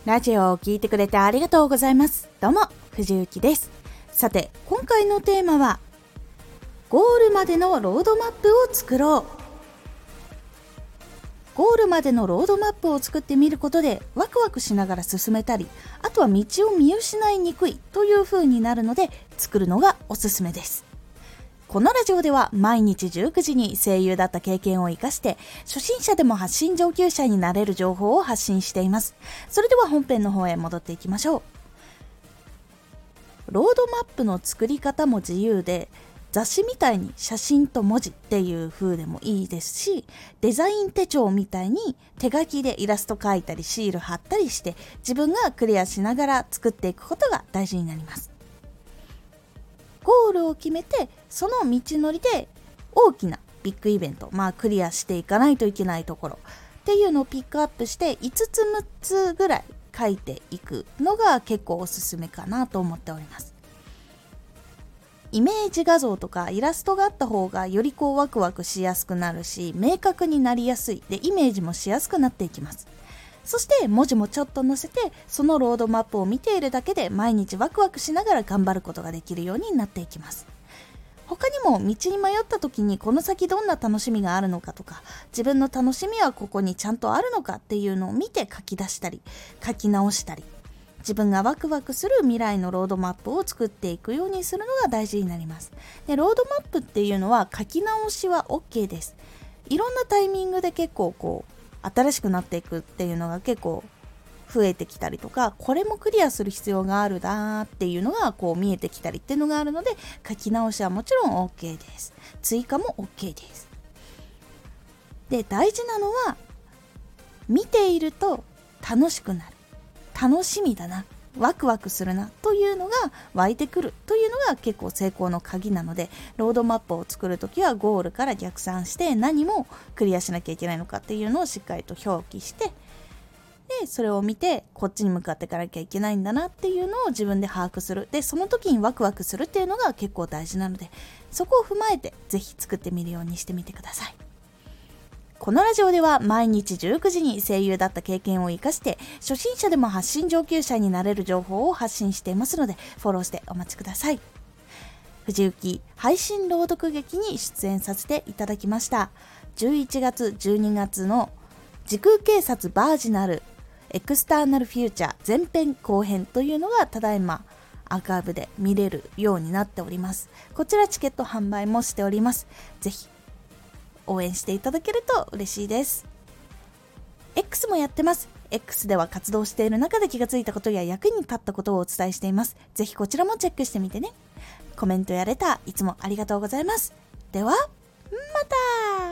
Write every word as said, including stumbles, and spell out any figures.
ラジオを聞いてくれてありがとうございます。どうも藤幸です。さて今回のテーマはゴールまでのロードマップを作ろう。ゴールまでのロードマップを作ってみることでワクワクしながら進めたり、あとは道を見失いにくいという風になるので作るのがおすすめです。このラジオでは毎日じゅうくじに声優だった経験を生かして初心者でも発信上級者になれる情報を発信しています。それでは本編の方へ戻っていきましょう。ロードマップの作り方も自由で、雑誌みたいに写真と文字っていう風でもいいですし、デザイン手帳みたいに手書きでイラスト描いたりシール貼ったりして自分がクリアしながら作っていくことが大事になります。ゴールを決めてその道のりで大きなビッグイベント、まあクリアしていかないといけないところっていうのをピックアップしていつつむっつぐらい書いていくのが結構おすすめかなと思っております。イメージ画像とかイラストがあった方がよりこうワクワクしやすくなるし、明確になりやすいでイメージもしやすくなっていきます。そして文字もちょっと載せてそのロードマップを見ているだけで毎日ワクワクしながら頑張ることができるようになっていきます。他にも道に迷った時にこの先どんな楽しみがあるのかとか、自分の楽しみはここにちゃんとあるのかっていうのを見て書き出したり書き直したり、自分がワクワクする未来のロードマップを作っていくようにするのが大事になります。で、ロードマップっていうのは書き直しは OK です。いろんなタイミングで結構こう新しくなっていくっていうのが結構増えてきたりとか、これもクリアする必要があるなっていうのがこう見えてきたりっていうのがあるので、書き直しはもちろん OK です。追加も OK です。で、大事なのは見ていると楽しくなる、楽しみだな、ワクワクするなというのが湧いてくるというのが結構成功の鍵なので、ロードマップを作るときはゴールから逆算して何もクリアしなきゃいけないのかっていうのをしっかりと表記して、でそれを見てこっちに向かっていかなきゃいけないんだなっていうのを自分で把握する。でその時にワクワクするっていうのが結構大事なので、そこを踏まえてぜひ作ってみるようにしてみてください。このラジオでは毎日じゅうくじに声優だった経験を生かして初心者でも発信上級者になれる情報を発信していますので、フォローしてお待ちください。藤幸配信朗読劇に出演させていただきました。じゅういちがつじゅうにがつの時空警察バージナルエクスターナルフューチャー前編後編というのがただいまアーカイブで見れるようになっております。こちらチケット販売もしております。ぜひ応援していただけると嬉しいです。 X もやってます。 X では活動している中で気がついたことや役に立ったことをお伝えしています。ぜひこちらもチェックしてみてね。コメントやレターいつもありがとうございます。ではまた。